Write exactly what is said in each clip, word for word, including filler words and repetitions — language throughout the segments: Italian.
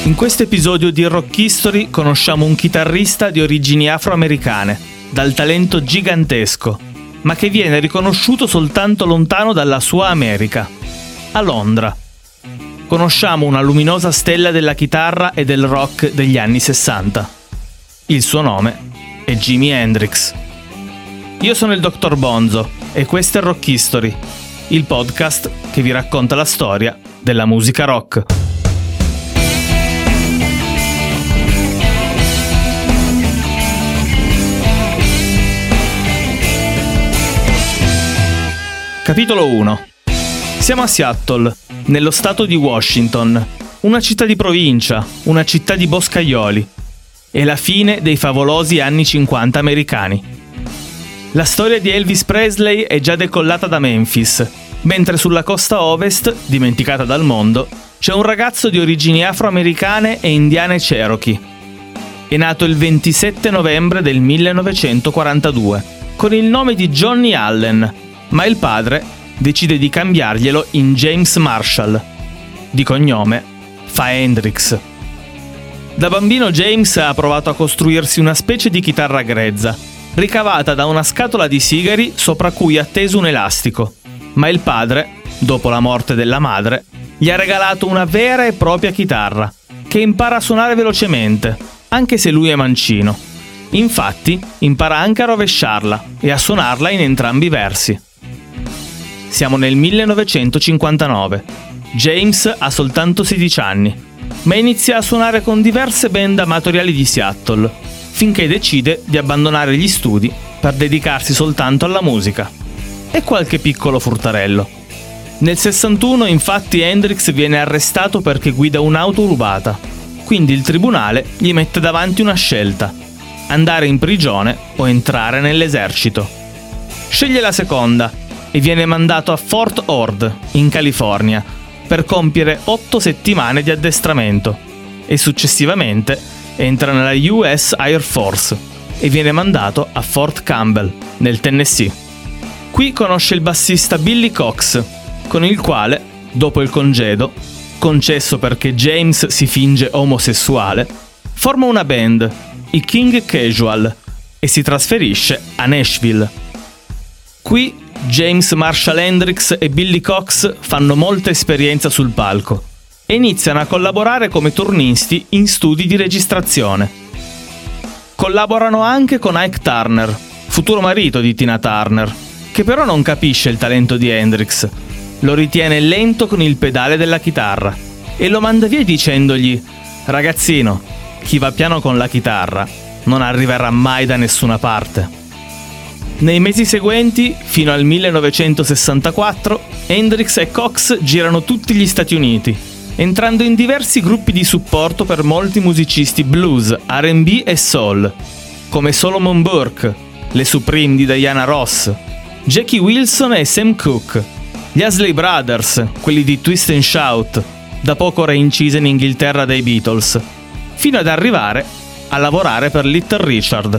In questo episodio di Rock History conosciamo un chitarrista di origini afroamericane, dal talento gigantesco, ma che viene riconosciuto soltanto lontano dalla sua America, a Londra. Conosciamo una luminosa stella della chitarra e del rock degli anni sessanta. Il suo nome è Jimi Hendrix. Io sono il dottor Bonzo e questo è Rock History, il podcast che vi racconta la storia della musica rock. Capitolo uno. Siamo a Seattle, nello stato di Washington, una città di provincia, una città di boscaioli. È la fine dei favolosi anni cinquanta americani. La storia di Elvis Presley è già decollata da Memphis, mentre sulla costa ovest, dimenticata dal mondo, c'è un ragazzo di origini afroamericane e indiane Cherokee. È nato il ventisette novembre del millenovecentoquarantadue, con il nome di Johnny Allen, ma il padre decide di cambiarglielo in James Marshall. Di cognome fa Hendrix. Da bambino James ha provato a costruirsi una specie di chitarra grezza, ricavata da una scatola di sigari sopra cui ha teso un elastico, ma il padre, dopo la morte della madre, gli ha regalato una vera e propria chitarra, che impara a suonare velocemente, anche se lui è mancino. Infatti, impara anche a rovesciarla e a suonarla in entrambi i versi. Siamo nel millenovecentocinquantanove. James ha soltanto sedici anni, ma inizia a suonare con diverse band amatoriali di Seattle, finché decide di abbandonare gli studi per dedicarsi soltanto alla musica. E qualche piccolo furtarello. Nel sessantuno, infatti, Hendrix viene arrestato perché guida un'auto rubata, quindi il tribunale gli mette davanti una scelta: andare in prigione o entrare nell'esercito. Sceglie la seconda e viene mandato a Fort Ord, in California, per compiere otto settimane di addestramento e successivamente entra nella U S Air Force e viene mandato a Fort Campbell, nel Tennessee. Qui conosce il bassista Billy Cox, con il quale, dopo il congedo, concesso perché James si finge omosessuale, forma una band, i King Casual, e si trasferisce a Nashville. Qui James Marshall Hendrix e Billy Cox fanno molta esperienza sul palco e iniziano a collaborare come turnisti in studi di registrazione. Collaborano anche con Ike Turner, futuro marito di Tina Turner, che però non capisce il talento di Hendrix, lo ritiene lento con il pedale della chitarra e lo manda via dicendogli: «Ragazzino, chi va piano con la chitarra non arriverà mai da nessuna parte». Nei mesi seguenti, fino al millenovecentosessantaquattro, Hendrix e Cox girano tutti gli Stati Uniti, entrando in diversi gruppi di supporto per molti musicisti blues, R and B e soul, come Solomon Burke, le Supreme di Diana Ross, Jackie Wilson e Sam Cooke, gli Isley Brothers, quelli di Twist and Shout, da poco reincise in Inghilterra dai Beatles, fino ad arrivare a lavorare per Little Richard.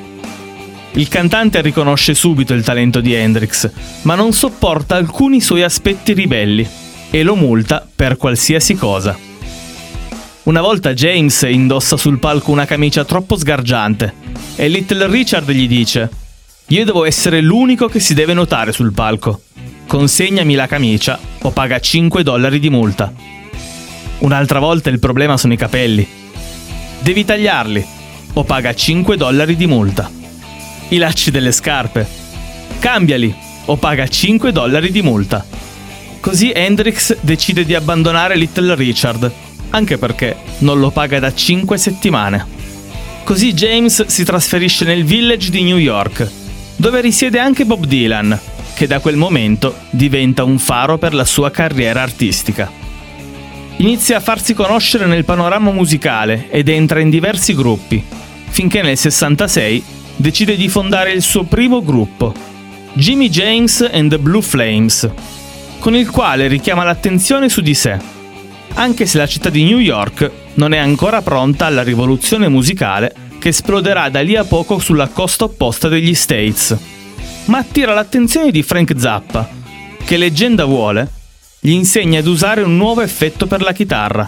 Il cantante riconosce subito il talento di Hendrix, ma non sopporta alcuni suoi aspetti ribelli e lo multa per qualsiasi cosa. Una volta James indossa sul palco una camicia troppo sgargiante e Little Richard gli dice: «Io devo essere l'unico che si deve notare sul palco. Consegnami la camicia o paga cinque dollari di multa». Un'altra volta il problema sono i capelli. «Devi tagliarli o paga cinque dollari di multa». I lacci delle scarpe. «Cambiali o paga cinque dollari di multa». Così Hendrix decide di abbandonare Little Richard, anche perché non lo paga da cinque settimane. Così James si trasferisce nel Village di New York, dove risiede anche Bob Dylan, che da quel momento diventa un faro per la sua carriera artistica. Inizia a farsi conoscere nel panorama musicale ed entra in diversi gruppi, finché nel sessantasei decide di fondare il suo primo gruppo, Jimmy James and the Blue Flames, con il quale richiama l'attenzione su di sé, anche se la città di New York non è ancora pronta alla rivoluzione musicale che esploderà da lì a poco sulla costa opposta degli States, ma attira l'attenzione di Frank Zappa, che leggenda vuole, gli insegna ad usare un nuovo effetto per la chitarra,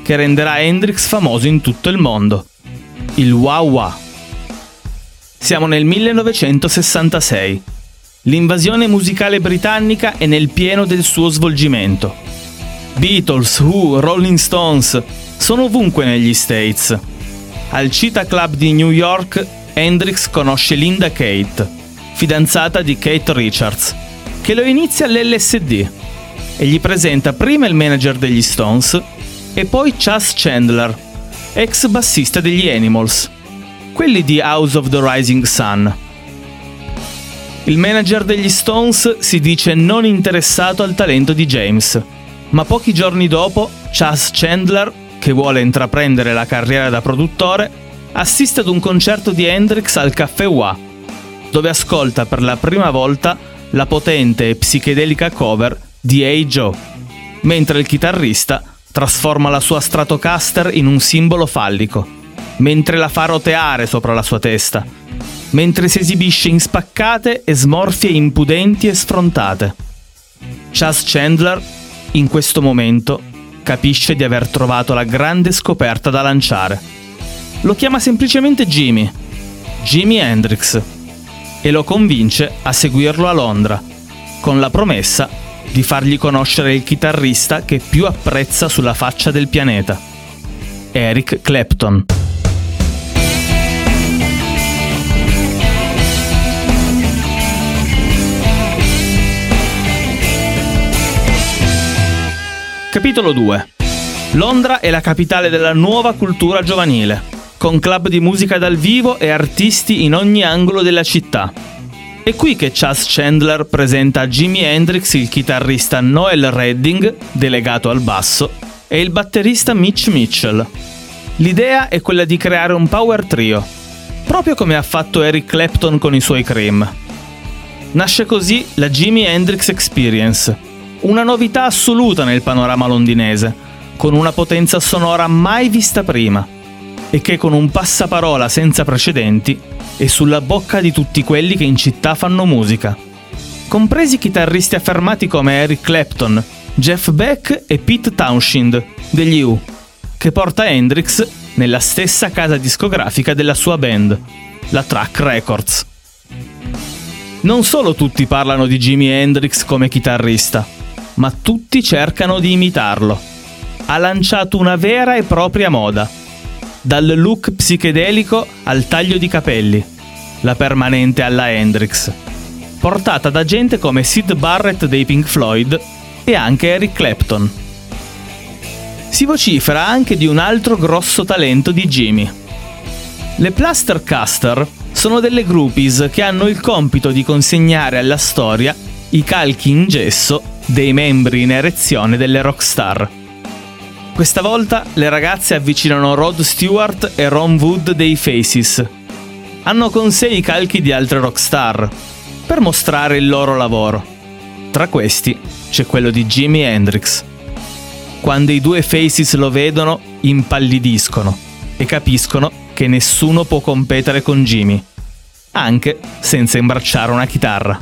che renderà Hendrix famoso in tutto il mondo: il wah-wah. Siamo nel millenovecentosessantasei. L'invasione musicale britannica è nel pieno del suo svolgimento. Beatles, Who, Rolling Stones sono ovunque negli States. Al Cheetah Club di New York, Hendrix conosce Linda Kate, fidanzata di Keith Richards, che lo inizia all'L S D e gli presenta prima il manager degli Stones e poi Chas Chandler, ex bassista degli Animals, quelli di House of the Rising Sun. Il manager degli Stones si dice non interessato al talento di James, ma pochi giorni dopo Chas Chandler, che vuole intraprendere la carriera da produttore, assiste ad un concerto di Hendrix al Caffè Wah, dove ascolta per la prima volta la potente e psichedelica cover di Hey Joe, mentre il chitarrista trasforma la sua Stratocaster in un simbolo fallico, mentre la fa roteare sopra la sua testa, mentre si esibisce in spaccate e smorfie impudenti e sfrontate. Chas Chandler, in questo momento, capisce di aver trovato la grande scoperta da lanciare. Lo chiama semplicemente Jimi, Jimi Hendrix, e lo convince a seguirlo a Londra, con la promessa di fargli conoscere il chitarrista che più apprezza sulla faccia del pianeta, Eric Clapton. Capitolo due. Londra è la capitale della nuova cultura giovanile, con club di musica dal vivo e artisti in ogni angolo della città. È qui che Chas Chandler presenta a Jimi Hendrix il chitarrista Noel Redding, delegato al basso, e il batterista Mitch Mitchell. L'idea è quella di creare un power trio, proprio come ha fatto Eric Clapton con i suoi Cream. Nasce così la Jimi Hendrix Experience, una novità assoluta nel panorama londinese, con una potenza sonora mai vista prima, e che con un passaparola senza precedenti è sulla bocca di tutti quelli che in città fanno musica, compresi chitarristi affermati come Eric Clapton, Jeff Beck e Pete Townshend degli U, che porta Hendrix nella stessa casa discografica della sua band, la Track Records. Non solo tutti parlano di Jimi Hendrix come chitarrista, ma tutti cercano di imitarlo. Ha lanciato una vera e propria moda, dal look psichedelico al taglio di capelli, la permanente alla Hendrix, portata da gente come Syd Barrett dei Pink Floyd e anche Eric Clapton. Si vocifera anche di un altro grosso talento di Jimi. Le Plastercaster sono delle groupies che hanno il compito di consegnare alla storia i calchi in gesso dei membri in erezione delle rockstar. Questa volta le ragazze avvicinano Rod Stewart e Ron Wood dei Faces. Hanno con sé i calchi di altre rockstar, per mostrare il loro lavoro. Tra questi c'è quello di Jimi Hendrix. Quando i due Faces lo vedono, impallidiscono e capiscono che nessuno può competere con Jimi, anche senza imbracciare una chitarra.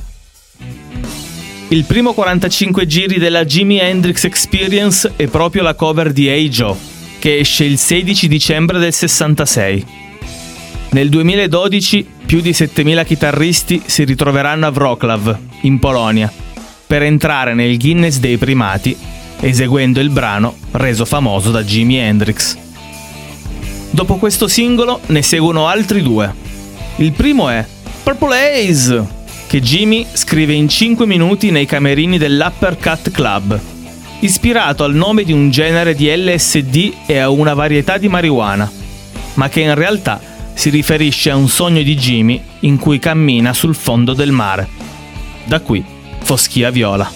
Il primo quarantacinque giri della Jimi Hendrix Experience è proprio la cover di Hey Joe, che esce il sedici dicembre del sessantasei. Nel duemiladodici più di settemila chitarristi si ritroveranno a Wrocław, in Polonia, per entrare nel Guinness dei primati, eseguendo il brano reso famoso da Jimi Hendrix. Dopo questo singolo ne seguono altri due. Il primo è Purple Haze, che Jimi scrive in cinque minuti nei camerini dell'Uppercut Club, ispirato al nome di un genere di L S D e a una varietà di marijuana, ma che in realtà si riferisce a un sogno di Jimi in cui cammina sul fondo del mare. Da qui Foschia viola.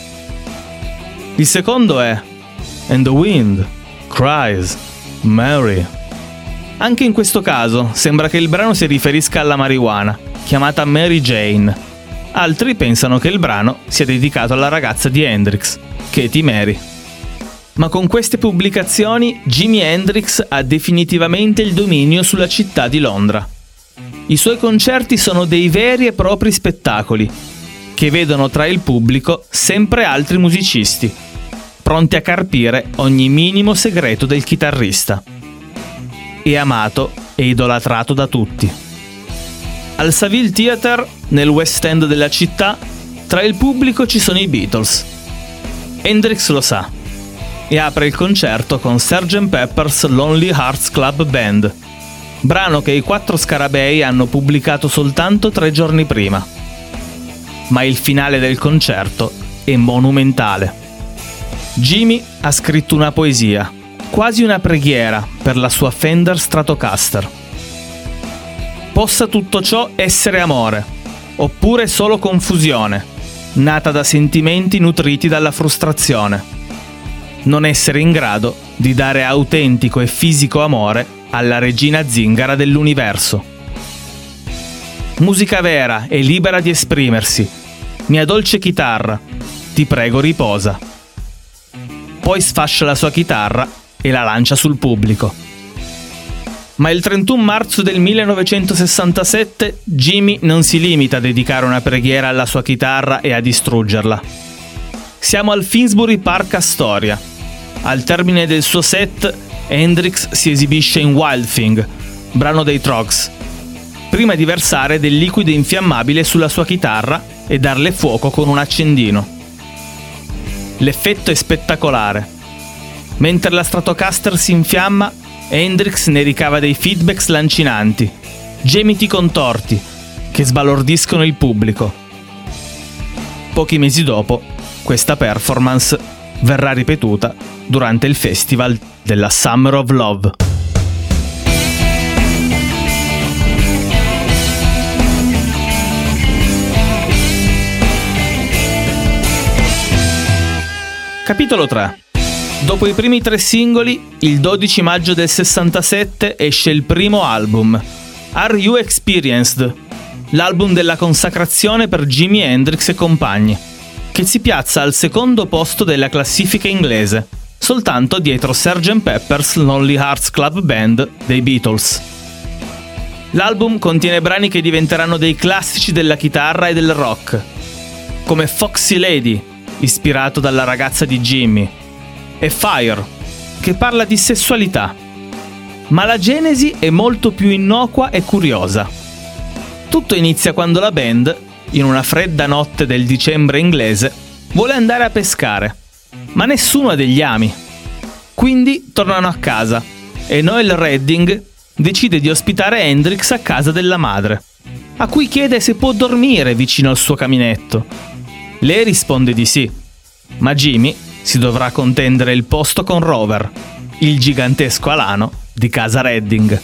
Il secondo è And the Wind Cries Mary. Anche in questo caso sembra che il brano si riferisca alla marijuana, chiamata Mary Jane. Altri pensano che il brano sia dedicato alla ragazza di Hendrix, Katy Mary. Ma con queste pubblicazioni Jimi Hendrix ha definitivamente il dominio sulla città di Londra. I suoi concerti sono dei veri e propri spettacoli, che vedono tra il pubblico sempre altri musicisti, pronti a carpire ogni minimo segreto del chitarrista. È amato e idolatrato da tutti. Al Saville Theatre, nel West End della città, tra il pubblico ci sono i Beatles. Hendrix lo sa e apre il concerto con sergeant Pepper's Lonely Hearts Club Band, brano che i quattro scarabei hanno pubblicato soltanto tre giorni prima. Ma il finale del concerto è monumentale. Jimmy ha scritto una poesia, quasi una preghiera per la sua Fender Stratocaster. Possa tutto ciò essere amore, oppure solo confusione, nata da sentimenti nutriti dalla frustrazione. Non essere in grado di dare autentico e fisico amore alla regina zingara dell'universo. Musica vera e libera di esprimersi. Mia dolce chitarra, ti prego riposa. Poi sfascia la sua chitarra e la lancia sul pubblico. Ma il trentuno marzo del millenovecentosessantasette Jimmy non si limita a dedicare una preghiera alla sua chitarra e a distruggerla. Siamo al Finsbury Park Astoria. Al termine del suo set, Hendrix si esibisce in Wild Thing, brano dei Troggs, prima di versare del liquido infiammabile sulla sua chitarra e darle fuoco con un accendino. L'effetto è spettacolare. Mentre la Stratocaster si infiamma, Hendrix ne ricava dei feedbacks lancinanti, gemiti contorti, che sbalordiscono il pubblico. Pochi mesi dopo, questa performance verrà ripetuta durante il festival della Summer of Love. Capitolo tre. Dopo i primi tre singoli, il dodici maggio del sessantasette esce il primo album, Are You Experienced?, l'album della consacrazione per Jimi Hendrix e compagni, che si piazza al secondo posto della classifica inglese, soltanto dietro sergeant Pepper's Lonely Hearts Club Band dei Beatles. L'album contiene brani che diventeranno dei classici della chitarra e del rock, come Foxy Lady, ispirato dalla ragazza di Jimmy, e Fire, che parla di sessualità. Ma la genesi è molto più innocua e curiosa. Tutto inizia quando la band, in una fredda notte del dicembre inglese, vuole andare a pescare, ma nessuno ha degli ami. Quindi tornano a casa e Noel Redding decide di ospitare Hendrix a casa della madre, a cui chiede se può dormire vicino al suo caminetto. Lei risponde di sì, ma Jimmy si dovrà contendere il posto con Rover, il gigantesco alano di casa Redding.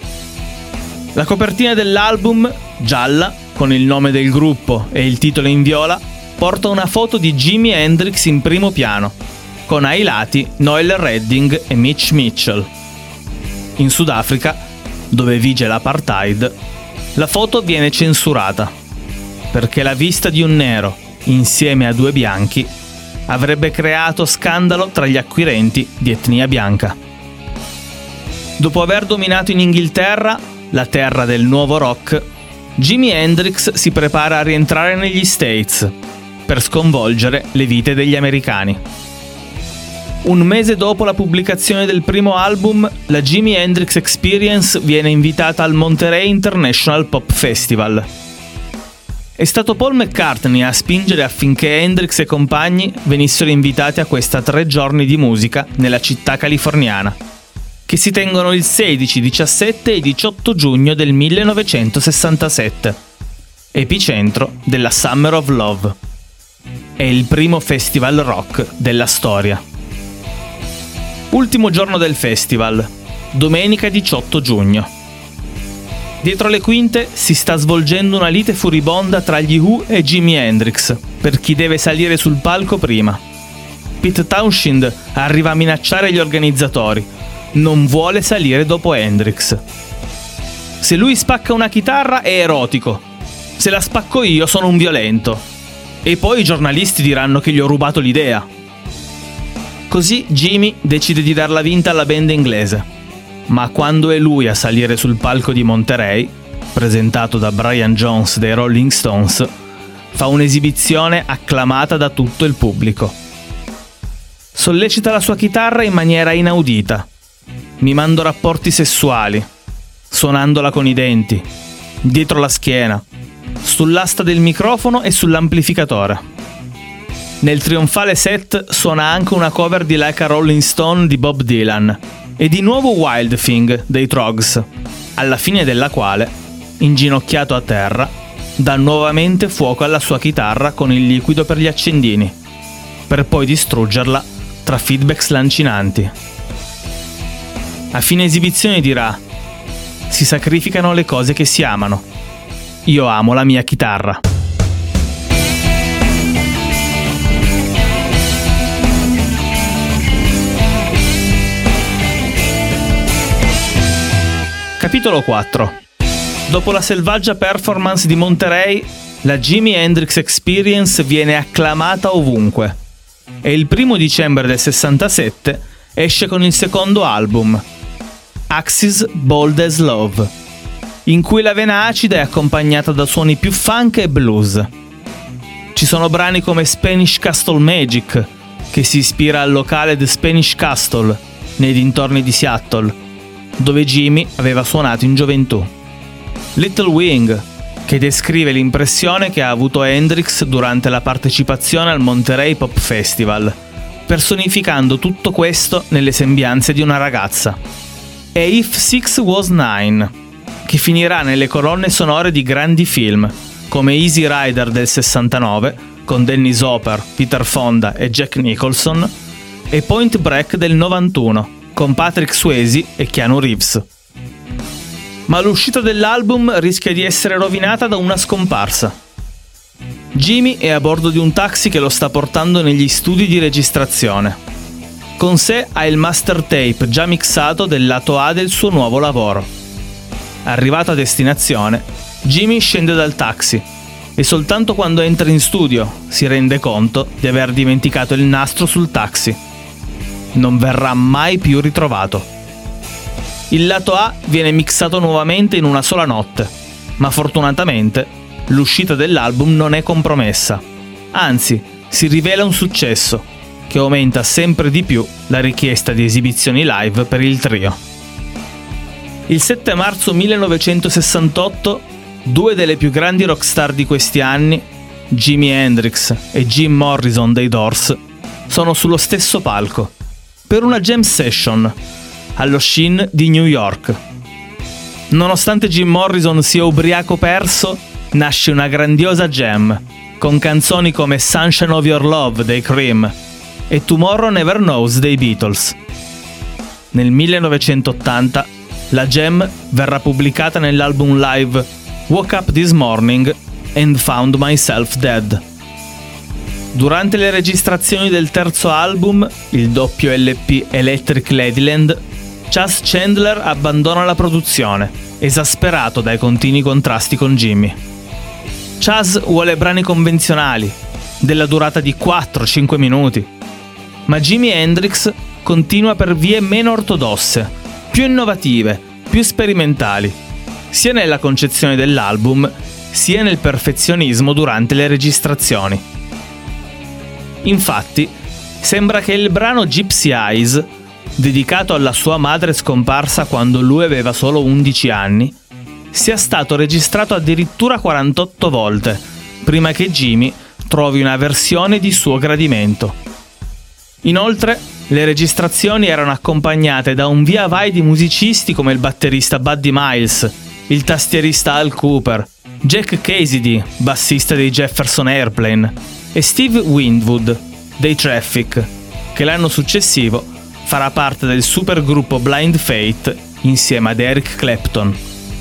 La copertina dell'album, gialla, con il nome del gruppo e il titolo in viola, porta una foto di Jimi Hendrix in primo piano, con ai lati Noel Redding e Mitch Mitchell. In Sudafrica, dove vige l'apartheid, la foto viene censurata, perché la vista di un nero, insieme a due bianchi, avrebbe creato scandalo tra gli acquirenti di etnia bianca. Dopo aver dominato in Inghilterra, la terra del nuovo rock, Jimi Hendrix si prepara a rientrare negli States per sconvolgere le vite degli americani. Un mese dopo la pubblicazione del primo album, la Jimi Hendrix Experience viene invitata al Monterey International Pop Festival. È stato Paul McCartney a spingere affinché Hendrix e compagni venissero invitati a questa tre giorni di musica nella città californiana, che si tengono il sedici, diciassette e diciotto giugno del millenovecentosessantasette, epicentro della Summer of Love. È il primo festival rock della storia. Ultimo giorno del festival, domenica diciotto giugno. Dietro le quinte si sta svolgendo una lite furibonda tra gli Who e Jimi Hendrix per chi deve salire sul palco prima. Pete Townshend arriva a minacciare gli organizzatori. Non vuole salire dopo Hendrix. Se lui spacca una chitarra è erotico. Se la spacco io sono un violento. E poi i giornalisti diranno che gli ho rubato l'idea. Così Jimmy decide di darla vinta alla band inglese. Ma quando è lui a salire sul palco di Monterey, presentato da Brian Jones dei Rolling Stones, fa un'esibizione acclamata da tutto il pubblico. sollecita la sua chitarra in maniera inaudita, mimando rapporti sessuali, suonandola con i denti, dietro la schiena, sull'asta del microfono e sull'amplificatore. Nel trionfale set suona anche una cover di Like a Rolling Stone di Bob Dylan e di nuovo Wild Thing dei Troggs, alla fine della quale, inginocchiato a terra, dà nuovamente fuoco alla sua chitarra con il liquido per gli accendini, per poi distruggerla tra feedbacks lancinanti. A fine esibizione dirà: si sacrificano le cose che si amano. Io amo la mia chitarra. Capitolo quattro. Dopo la selvaggia performance di Monterey, la Jimi Hendrix Experience viene acclamata ovunque e il primo dicembre del sessantasette esce con il secondo album, Axis Bold as Love, in cui la vena acida è accompagnata da suoni più funk e blues. Ci sono brani come Spanish Castle Magic, che si ispira al locale The Spanish Castle, nei dintorni di Seattle, dove Jimi aveva suonato in gioventù. Little Wing, che descrive l'impressione che ha avuto Hendrix durante la partecipazione al Monterey Pop Festival, personificando tutto questo nelle sembianze di una ragazza. E If Six Was Nine, che finirà nelle colonne sonore di grandi film, come Easy Rider del sessantanove, con Dennis Hopper, Peter Fonda e Jack Nicholson, e Point Break del novantuno, con Patrick Swayze e Keanu Reeves. Ma l'uscita dell'album rischia di essere rovinata da una scomparsa. Jimi è a bordo di un taxi che lo sta portando negli studi di registrazione. Con sé ha il master tape già mixato del lato A del suo nuovo lavoro. Arrivato a destinazione, Jimi scende dal taxi e soltanto quando entra in studio si rende conto di aver dimenticato il nastro sul taxi. Non verrà mai più ritrovato. Il lato A viene mixato nuovamente in una sola notte, ma fortunatamente l'uscita dell'album non è compromessa. Anzi, si rivela un successo, che aumenta sempre di più la richiesta di esibizioni live per il trio. Il sette marzo millenovecentosessantotto, due delle più grandi rockstar di questi anni, Jimi Hendrix e Jim Morrison dei Doors, sono sullo stesso palco, per una jam session, allo Sheen di New York. Nonostante Jim Morrison sia ubriaco perso, nasce una grandiosa jam, con canzoni come Sunshine of Your Love dei Cream e Tomorrow Never Knows dei Beatles. Nel millenovecentottanta la jam verrà pubblicata nell'album live Woke Up This Morning and Found Myself Dead. Durante le registrazioni del terzo album, il doppio L P Electric Ladyland, Chas Chandler abbandona la produzione, esasperato dai continui contrasti con Jimi. Chas vuole brani convenzionali, della durata di quattro cinque minuti, ma Jimi Hendrix continua per vie meno ortodosse, più innovative, più sperimentali, sia nella concezione dell'album, sia nel perfezionismo durante le registrazioni. Infatti, sembra che il brano Gypsy Eyes, dedicato alla sua madre scomparsa quando lui aveva solo undici anni, sia stato registrato addirittura quarantotto volte, prima che Jimi trovi una versione di suo gradimento. Inoltre, le registrazioni erano accompagnate da un via vai di musicisti come il batterista Buddy Miles, il tastierista Al Cooper, Jack Cassidy, bassista dei Jefferson Airplane, e Steve Winwood, dei Traffic, che l'anno successivo farà parte del supergruppo Blind Faith insieme ad Eric Clapton.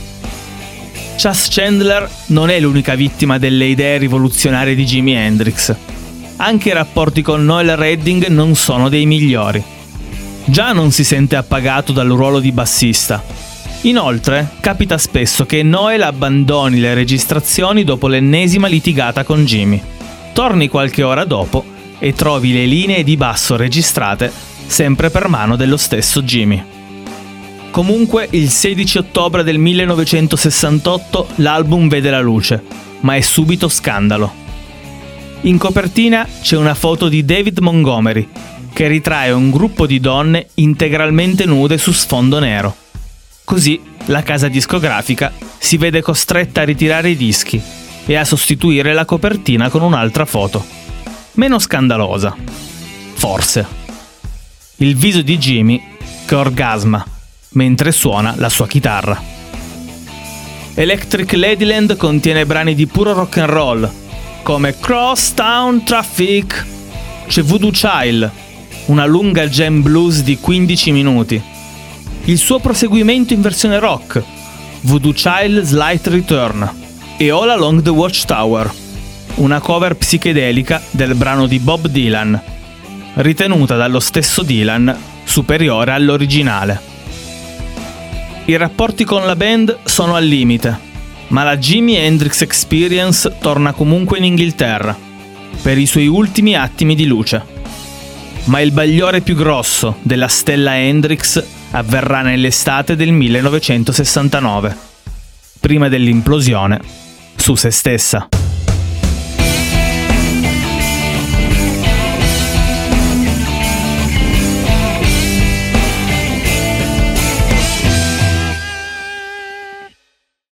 Chas Chandler non è l'unica vittima delle idee rivoluzionarie di Jimi Hendrix. Anche i rapporti con Noel Redding non sono dei migliori. Già non si sente appagato dal ruolo di bassista. Inoltre, capita spesso che Noel abbandoni le registrazioni dopo l'ennesima litigata con Jimi. Torni qualche ora dopo e trovi le linee di basso registrate sempre per mano dello stesso Jimi. Comunque, il sedici ottobre del millenovecentosessantotto l'album vede la luce, ma è subito scandalo. In copertina c'è una foto di David Montgomery, che ritrae un gruppo di donne integralmente nude su sfondo nero. Così la casa discografica si vede costretta a ritirare i dischi e a sostituire la copertina con un'altra foto, meno scandalosa, forse. Il viso di Jimi che orgasma mentre suona la sua chitarra. Electric Ladyland contiene brani di puro rock and roll, come Crosstown Traffic. C'è Voodoo Child, una lunga jam blues di quindici minuti. Il suo proseguimento in versione rock, Voodoo Child Slight Return, e All Along the Watchtower, una cover psichedelica del brano di Bob Dylan, ritenuta dallo stesso Dylan superiore all'originale. I rapporti con la band sono al limite, ma la Jimi Hendrix Experience torna comunque in Inghilterra per i suoi ultimi attimi di luce. Ma il bagliore più grosso della stella Hendrix avverrà nell'estate del millenovecentosessantanove, prima dell'implosione su se stessa.